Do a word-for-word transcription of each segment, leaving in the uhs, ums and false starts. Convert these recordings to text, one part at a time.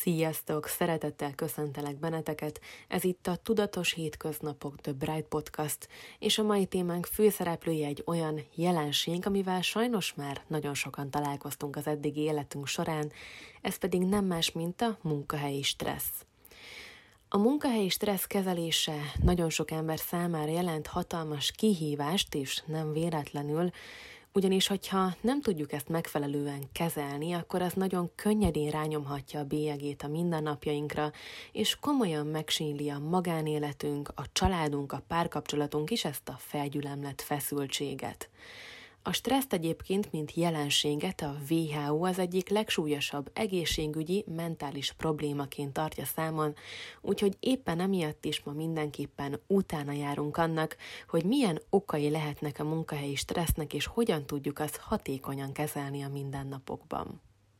Sziasztok! Szeretettel köszöntelek benneteket, ez itt a Tudatos Hétköznapok The Bright Podcast, és a mai témánk főszereplője egy olyan jelenség, amivel sajnos már nagyon sokan találkoztunk az eddigi életünk során, ez pedig nem más, mint a munkahelyi stressz. A munkahelyi stressz kezelése nagyon sok ember számára jelent hatalmas kihívást, és nem véletlenül, ugyanis, hogyha nem tudjuk ezt megfelelően kezelni, akkor az nagyon könnyedén rányomhatja a bélyegét a mindennapjainkra, és komolyan megsínli a magánéletünk, a családunk, a párkapcsolatunk is ezt a felgyülemlett feszültséget. A stresszt egyébként, mint jelenséget a dupla vé há ó az egyik legsúlyosabb egészségügyi, mentális problémaként tartja számon, úgyhogy éppen emiatt is ma mindenképpen utána járunk annak, hogy milyen okai lehetnek a munkahelyi stressznek, és hogyan tudjuk azt hatékonyan kezelni a mindennapokban.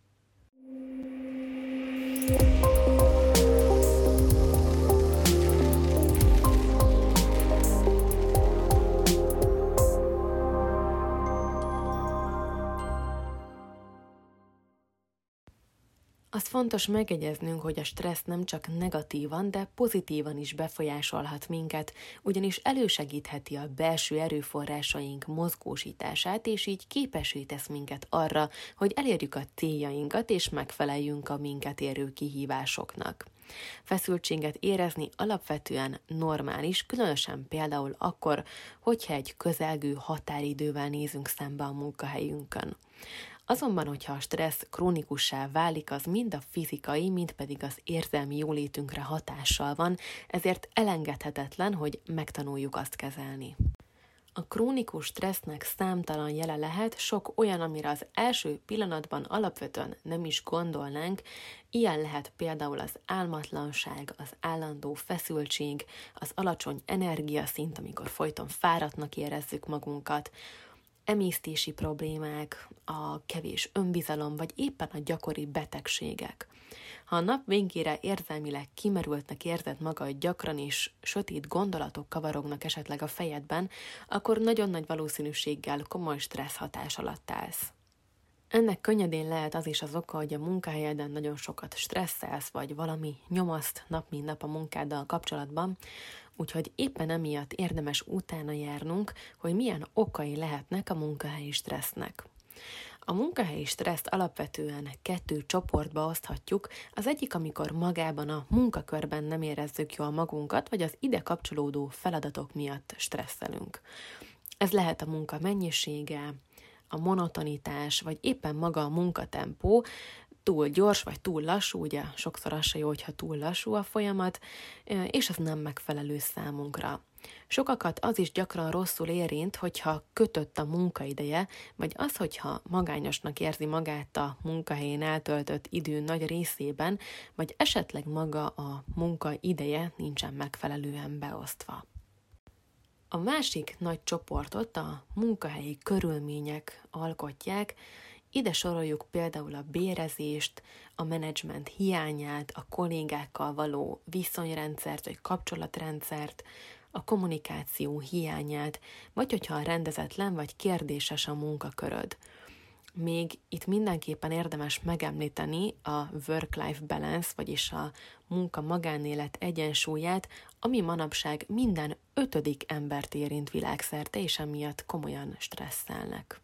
Az fontos megjegyeznünk, hogy a stressz nem csak negatívan, de pozitívan is befolyásolhat minket, ugyanis elősegítheti a belső erőforrásaink mozgósítását, és így képessé tesz minket arra, hogy elérjük a céljainkat, és megfeleljünk a minket érő kihívásoknak. Feszültséget érezni alapvetően normális, különösen például akkor, hogyha egy közelgő határidővel nézünk szembe a munkahelyünkön. Azonban, hogyha a stressz krónikussá válik, az mind a fizikai, mind pedig az érzelmi jólétünkre hatással van, ezért elengedhetetlen, hogy megtanuljuk azt kezelni. A krónikus stressznek számtalan jele lehet, sok olyan, amire az első pillanatban alapvetően nem is gondolnánk, ilyen lehet például az álmatlanság, az állandó feszültség, az alacsony energiaszint, amikor folyton fáradtnak érezzük magunkat, emésztési problémák, a kevés önbizalom, vagy éppen a gyakori betegségek. Ha a nap végére érzelmileg kimerültnek érzed magad gyakran, és sötét gondolatok kavarognak esetleg a fejedben, akkor nagyon nagy valószínűséggel komoly stressz hatás alatt állsz. Ennek könnyedén lehet az is az oka, hogy a munkahelyeden nagyon sokat stresszelsz, vagy valami nyomaszt nap mint nap a munkáddal kapcsolatban, úgyhogy éppen emiatt érdemes utána járnunk, hogy milyen okai lehetnek a munkahelyi stressznek. A munkahelyi stresszt alapvetően kettő csoportba oszthatjuk, az egyik, amikor magában a munkakörben nem érezzük jól magunkat, vagy az ide kapcsolódó feladatok miatt stresszelünk. Ez lehet a munka mennyisége, a monotonitás, vagy éppen maga a munkatempó, túl gyors, vagy túl lassú, ugye sokszor az se jó, hogyha túl lassú a folyamat, és az nem megfelelő számunkra. Sokakat az is gyakran rosszul érint, hogyha kötött a munkaideje, vagy az, hogyha magányosnak érzi magát a munkahelyén eltöltött idő nagy részében, vagy esetleg maga a munkaideje nincsen megfelelően beosztva. A másik nagy csoportot a munkahelyi körülmények alkotják, ide soroljuk például a bérezést, a menedzsment hiányát, a kollégákkal való viszonyrendszert vagy kapcsolatrendszert, a kommunikáció hiányát, vagy hogyha rendezetlen vagy kérdéses a munkaköröd. Még itt mindenképpen érdemes megemlíteni a work-life balance, vagyis a munka-magánélet egyensúlyát, ami manapság minden ötödik embert érint világszerte, és emiatt komolyan stresszelnek.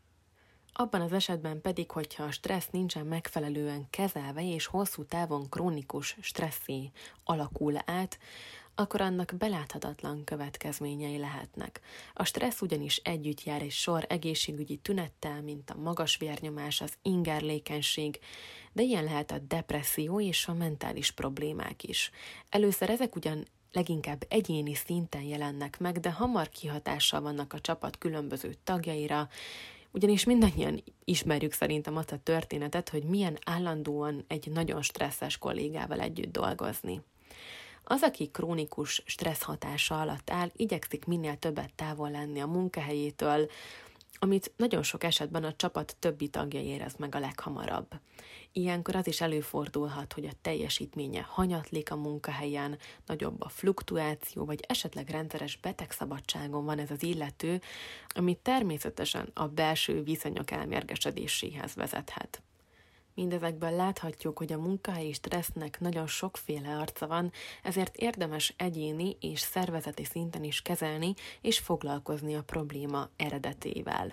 Abban az esetben pedig, hogyha a stressz nincsen megfelelően kezelve, és hosszú távon krónikus stresszé alakul át, akkor annak beláthatatlan következményei lehetnek. A stressz ugyanis együtt jár egy sor egészségügyi tünettel, mint a magas vérnyomás, az ingerlékenység, de ilyen lehet a depresszió és a mentális problémák is. Először ezek ugyan leginkább egyéni szinten jelennek meg, de hamar kihatással vannak a csapat különböző tagjaira, ugyanis mindannyian ismerjük szerintem azt a történetet, hogy milyen állandóan egy nagyon stresszes kollégával együtt dolgozni. Az, aki krónikus stressz hatása alatt áll, igyekszik minél többet távol lenni a munkahelyétől, amit nagyon sok esetben a csapat többi tagja érez meg a leghamarabb. Ilyenkor az is előfordulhat, hogy a teljesítménye hanyatlik a munkahelyen, nagyobb a fluktuáció, vagy esetleg rendszeres betegszabadságon van ez az illető, ami természetesen a belső viszonyok elmérgesedéséhez vezethet. Mindezekből láthatjuk, hogy a munkahelyi stressznek nagyon sokféle arca van, ezért érdemes egyéni és szervezeti szinten is kezelni és foglalkozni a probléma eredetével.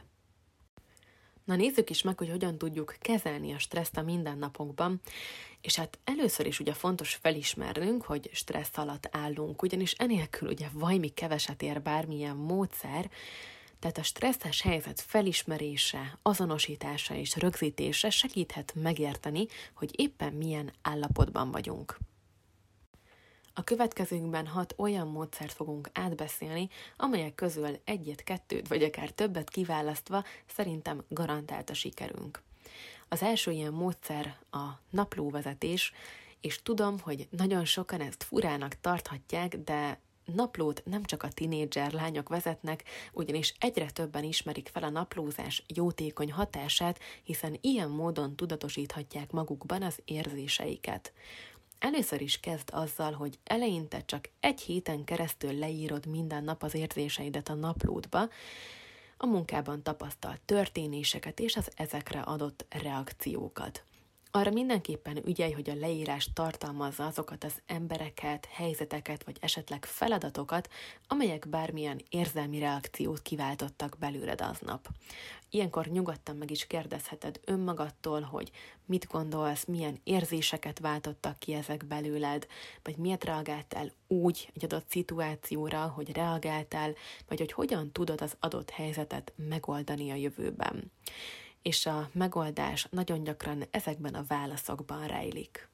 Na nézzük is meg, hogy hogyan tudjuk kezelni a stresszt a mindennapokban, és hát először is ugye fontos felismernünk, hogy stressz alatt állunk, ugyanis enélkül ugye vajmi keveset ér bármilyen módszer, tehát a stresszes helyzet felismerése, azonosítása és rögzítése segíthet megérteni, hogy éppen milyen állapotban vagyunk. A következőkben hat olyan módszert fogunk átbeszélni, amelyek közül egyet, kettőt vagy akár többet kiválasztva szerintem garantált a sikerünk. Az első ilyen módszer a naplóvezetés, és tudom, hogy nagyon sokan ezt furának tarthatják, de naplót nem csak a tinédzser lányok vezetnek, ugyanis egyre többen ismerik fel a naplózás jótékony hatását, hiszen ilyen módon tudatosíthatják magukban az érzéseiket. Először is kezd azzal, hogy eleinte csak egy héten keresztül leírod minden nap az érzéseidet a naplódba, a munkában tapasztalt történéseket és az ezekre adott reakciókat. Arra mindenképpen ügyelj, hogy a leírás tartalmazza azokat az embereket, helyzeteket vagy esetleg feladatokat, amelyek bármilyen érzelmi reakciót kiváltottak belőled aznap. Ilyenkor nyugodtan meg is kérdezheted önmagadtól, hogy mit gondolsz, milyen érzéseket váltottak ki ezek belőled, vagy miért reagáltál úgy egy adott szituációra, hogy reagáltál, vagy hogy hogyan tudod az adott helyzetet megoldani a jövőben. És a megoldás nagyon gyakran ezekben a válaszokban rejlik.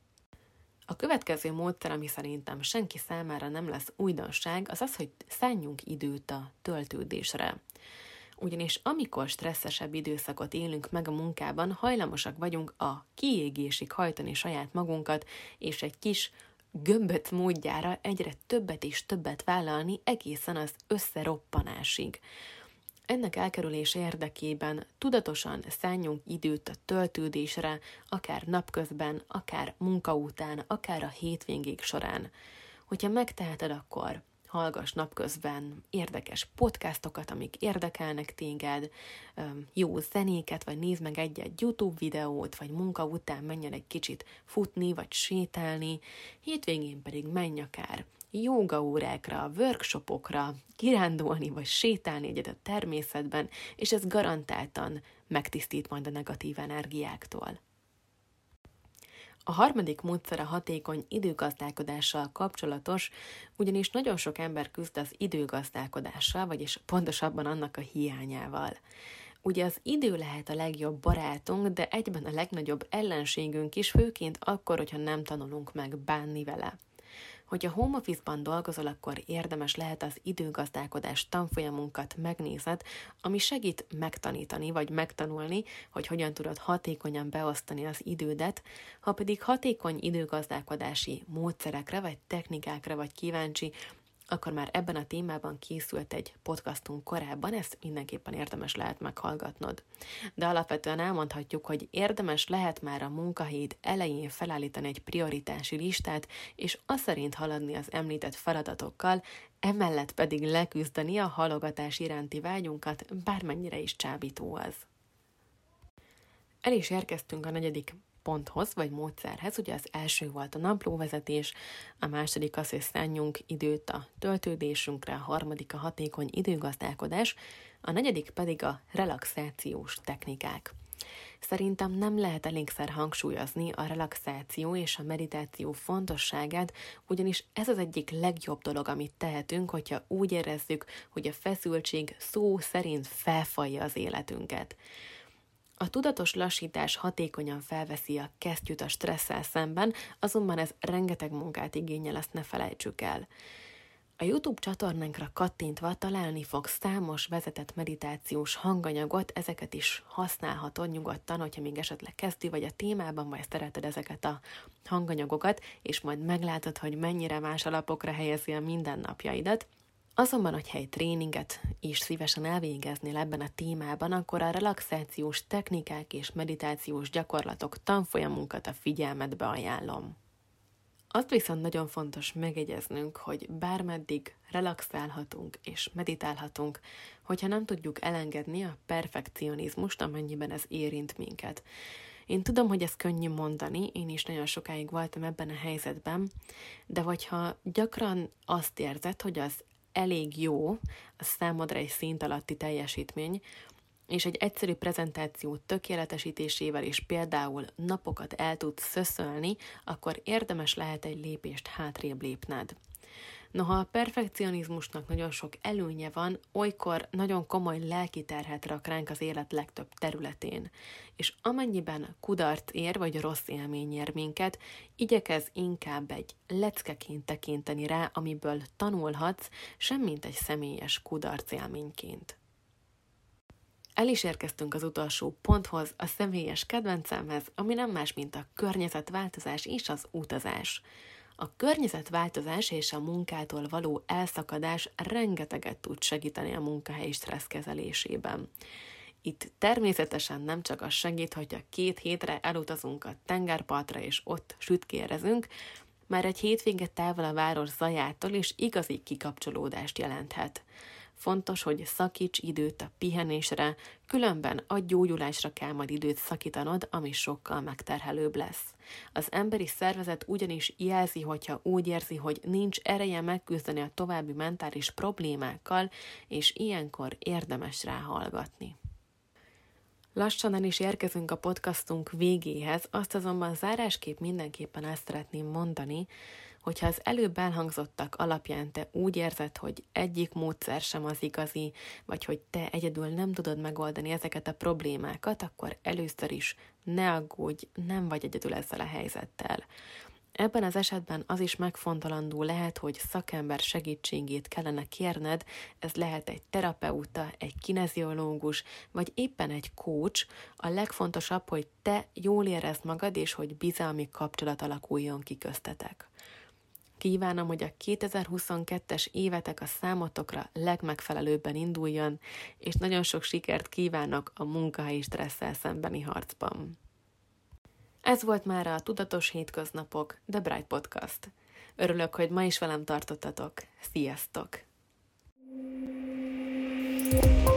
A következő módszer, ami szerintem senki számára nem lesz újdonság, az az, hogy szánjunk időt a töltődésre. Ugyanis amikor stresszesebb időszakot élünk meg a munkában, hajlamosak vagyunk a kiégésig hajtani saját magunkat, és egy kis gömböt módjára egyre többet és többet vállalni egészen az összeroppanásig. Ennek elkerülése érdekében tudatosan szánjunk időt a töltődésre, akár napközben, akár munka után, akár a hétvégék során. Hogyha megteheted, akkor hallgass napközben érdekes podcastokat, amik érdekelnek téged, jó zenéket, vagy nézd meg egy-egy YouTube videót, vagy munka után menjen egy kicsit futni, vagy sétálni, hétvégén pedig menj akár jógaórákra, workshopokra, kirándulni, vagy sétálni egyet a természetben, és ez garantáltan megtisztít majd a negatív energiáktól. A harmadik módszer a hatékony időgazdálkodással kapcsolatos, ugyanis nagyon sok ember küzd az időgazdálkodással, vagyis pontosabban annak a hiányával. Ugye az idő lehet a legjobb barátunk, de egyben a legnagyobb ellenségünk is, főként akkor, hogyha nem tanulunk meg bánni vele. Hogyha home office-ban dolgozol, akkor érdemes lehet az időgazdálkodás tanfolyamunkat megnézed, ami segít megtanítani vagy megtanulni, hogy hogyan tudod hatékonyan beosztani az idődet. Ha pedig hatékony időgazdálkodási módszerekre vagy technikákra vagy kíváncsi, akkor már ebben a témában készült egy podcastunk korábban, ezt mindenképpen érdemes lehet meghallgatnod. De alapvetően elmondhatjuk, hogy érdemes lehet már a munkahelyed elején felállítani egy prioritási listát, és azt szerint haladni az említett feladatokkal, emellett pedig leküzdeni a halogatás iránti vágyunkat, bármennyire is csábító az. El is érkeztünk a negyedik ponthoz, vagy módszerhez. Ugye az első volt a naplóvezetés, a második az, hogy szánjunk időt a töltődésünkre, a harmadik a hatékony időgazdálkodás, a negyedik pedig a relaxációs technikák. Szerintem nem lehet elégszer hangsúlyozni a relaxáció és a meditáció fontosságát, ugyanis ez az egyik legjobb dolog, amit tehetünk, hogyha úgy érezzük, hogy a feszültség szó szerint felfalja az életünket. A tudatos lassítás hatékonyan felveszi a kesztyűt a stresszel szemben, azonban ez rengeteg munkát igényel, ezt ne felejtsük el. A YouTube csatornánkra kattintva találni fogsz számos vezetett meditációs hanganyagot, ezeket is használhatod nyugodtan, hogyha még esetleg kezdő vagy a témában, vagy szereted ezeket a hanganyagokat, és majd meglátod, hogy mennyire más alapokra helyezi a mindennapjaidat. Azonban, hogyha egy tréninget is szívesen elvégeznél ebben a témában, akkor a relaxációs technikák és meditációs gyakorlatok tanfolyamunkat a figyelmedbe ajánlom. Azt viszont nagyon fontos megjegyeznünk, hogy bármeddig relaxálhatunk és meditálhatunk, hogyha nem tudjuk elengedni a perfekcionizmust, amennyiben ez érint minket. Én tudom, hogy ez könnyű mondani, én is nagyon sokáig voltam ebben a helyzetben, de hogyha gyakran azt érzed, hogy az elég jó, az számodra egy szint alatti teljesítmény, és egy egyszerű prezentáció tökéletesítésével is például napokat el tudsz szöszölni, akkor érdemes lehet egy lépést hátrébb lépned. Noha a perfekcionizmusnak nagyon sok előnye van, olykor nagyon komoly lelki terhet rak ránk az élet legtöbb területén. És amennyiben kudarc ér, vagy rossz élmény ér minket, igyekezz inkább egy leckeként tekinteni rá, amiből tanulhatsz, semmint egy személyes kudarc élményként. El is érkeztünk az utolsó ponthoz, a személyes kedvencemhez, ami nem más, mint a környezetváltozás és az utazás. A környezetváltozás és a munkától való elszakadás rengeteget tud segíteni a munkahelyi stressz kezelésében. Itt természetesen nem csak az segít, hogyha két hétre elutazunk a tengerpartra és ott sütkérezünk, már egy hétvége távol a város zajától és igazi kikapcsolódást jelenthet. Fontos, hogy szakíts időt a pihenésre, különben a gyógyulásra kell majd időt szakítanod, ami sokkal megterhelőbb lesz. Az emberi szervezet ugyanis jelzi, hogyha úgy érzi, hogy nincs ereje megküzdeni a további mentális problémákkal, és ilyenkor érdemes rá hallgatni. Lassan el is érkezünk a podcastunk végéhez, azt azonban zárásképp mindenképpen ezt szeretném mondani, hogyha az előbb elhangzottak alapján te úgy érzed, hogy egyik módszer sem az igazi, vagy hogy te egyedül nem tudod megoldani ezeket a problémákat, akkor először is ne aggódj, nem vagy egyedül ezzel a helyzettel. Ebben az esetben az is megfontolandó lehet, hogy szakember segítségét kellene kérned, ez lehet egy terapeuta, egy kineziológus, vagy éppen egy coach. A legfontosabb, hogy te jól érezd magad, és hogy bizalmi kapcsolat alakuljon ki köztetek. Kívánom, hogy a kétezer-huszonkettes évetek a számotokra legmegfelelőbben induljon, és nagyon sok sikert kívánok a munkahelyi stresszel szembeni harcban. Ez volt már a Tudatos Hétköznapok, The Bright Podcast. Örülök, hogy ma is velem tartottatok. Sziasztok!